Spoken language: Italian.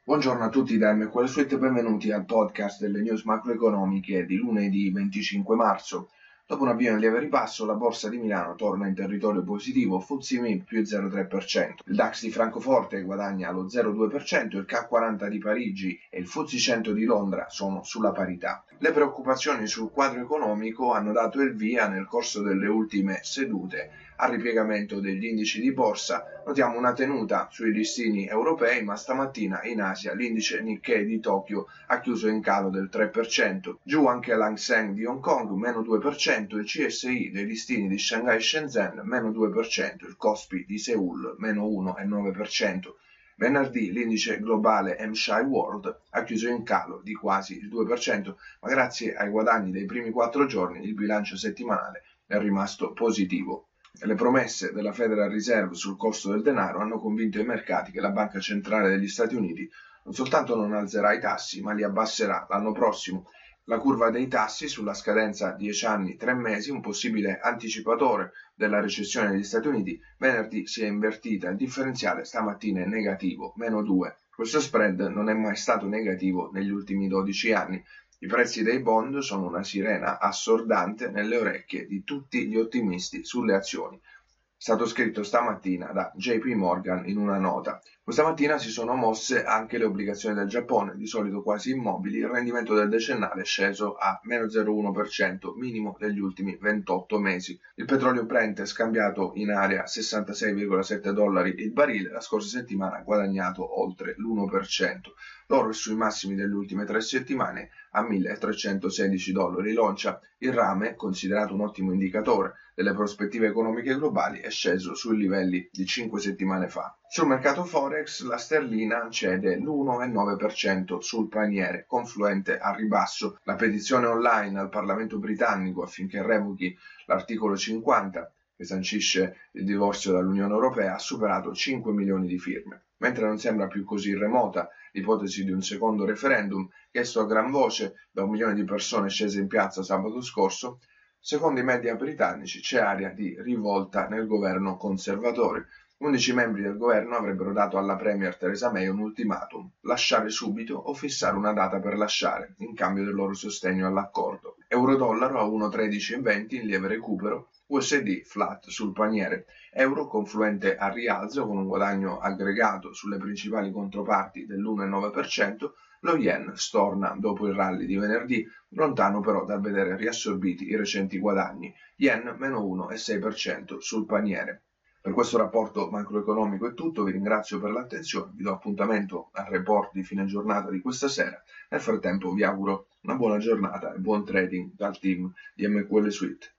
Buongiorno a tutti da MQL Suite e benvenuti al podcast delle news macroeconomiche di lunedì 25 marzo. Dopo un avvio in lieve ribasso, la borsa di Milano torna in territorio positivo, FTSE MIB più 0,3%, il DAX di Francoforte guadagna lo 0,2%, il CAC 40 di Parigi e il FTSE 100 di Londra sono sulla parità. Le preoccupazioni sul quadro economico hanno dato il via nel corso delle ultime sedute al ripiegamento degli indici di borsa. Notiamo una tenuta sui listini europei, ma stamattina in Asia l'indice Nikkei di Tokyo ha chiuso in calo del 3%, giù anche l'Hang Seng di Hong Kong meno 2%, il CSI dei listini di Shanghai e Shenzhen meno 2%, il Kospi di Seoul meno 1,9%. Venerdì l'indice globale MSCI World ha chiuso in calo di quasi il 2%, ma grazie ai guadagni dei primi 4 giorni il bilancio settimanale è rimasto positivo. Le promesse della Federal Reserve sul costo del denaro hanno convinto i mercati che la Banca Centrale degli Stati Uniti non soltanto non alzerà i tassi, ma li abbasserà l'anno prossimo. La curva dei tassi sulla scadenza 10 anni 3 mesi, un possibile anticipatore della recessione degli Stati Uniti, venerdì si è invertita, il differenziale stamattina è negativo, meno 2. Questo spread non è mai stato negativo negli ultimi 12 anni. I prezzi dei bond sono una sirena assordante nelle orecchie di tutti gli ottimisti sulle azioni. È stato scritto stamattina da JP Morgan in una nota. Questa mattina si sono mosse anche le obbligazioni del Giappone, di solito quasi immobili. Il rendimento del decennale è sceso a meno 0,1%, minimo degli ultimi 28 mesi. Il petrolio Brent è scambiato in area $66,7 il barile, la scorsa settimana ha guadagnato oltre l'1%. L'oro è sui massimi delle ultime 3 settimane a $1.316. L'oncia, il rame, considerato un ottimo indicatore delle prospettive economiche globali, è sceso sui livelli di 5 settimane fa. Sul mercato Forex la sterlina cede l'1,9% sul paniere, confluente al ribasso la petizione online al Parlamento britannico affinché revochi l'articolo 50 che sancisce il divorzio dall'Unione Europea ha superato 5 milioni di firme. Mentre non sembra più così remota l'ipotesi di un secondo referendum, chiesto a gran voce da 1 milione di persone scese in piazza sabato scorso, secondo i media britannici c'è aria di rivolta nel governo conservatore. 11 membri del governo avrebbero dato alla Premier Theresa May un ultimatum: lasciare subito o fissare una data per lasciare, in cambio del loro sostegno all'accordo. Euro-dollaro a 1,1320 in lieve recupero, USD flat sul paniere, euro confluente al rialzo con un guadagno aggregato sulle principali controparti dell'1,9%, lo yen storna dopo il rally di venerdì, lontano però dal vedere riassorbiti i recenti guadagni, yen meno 1,6% sul paniere. Per questo rapporto macroeconomico è tutto, vi ringrazio per l'attenzione, vi do appuntamento al report di fine giornata di questa sera. Nel frattempo vi auguro una buona giornata e buon trading dal team di MQL Suite.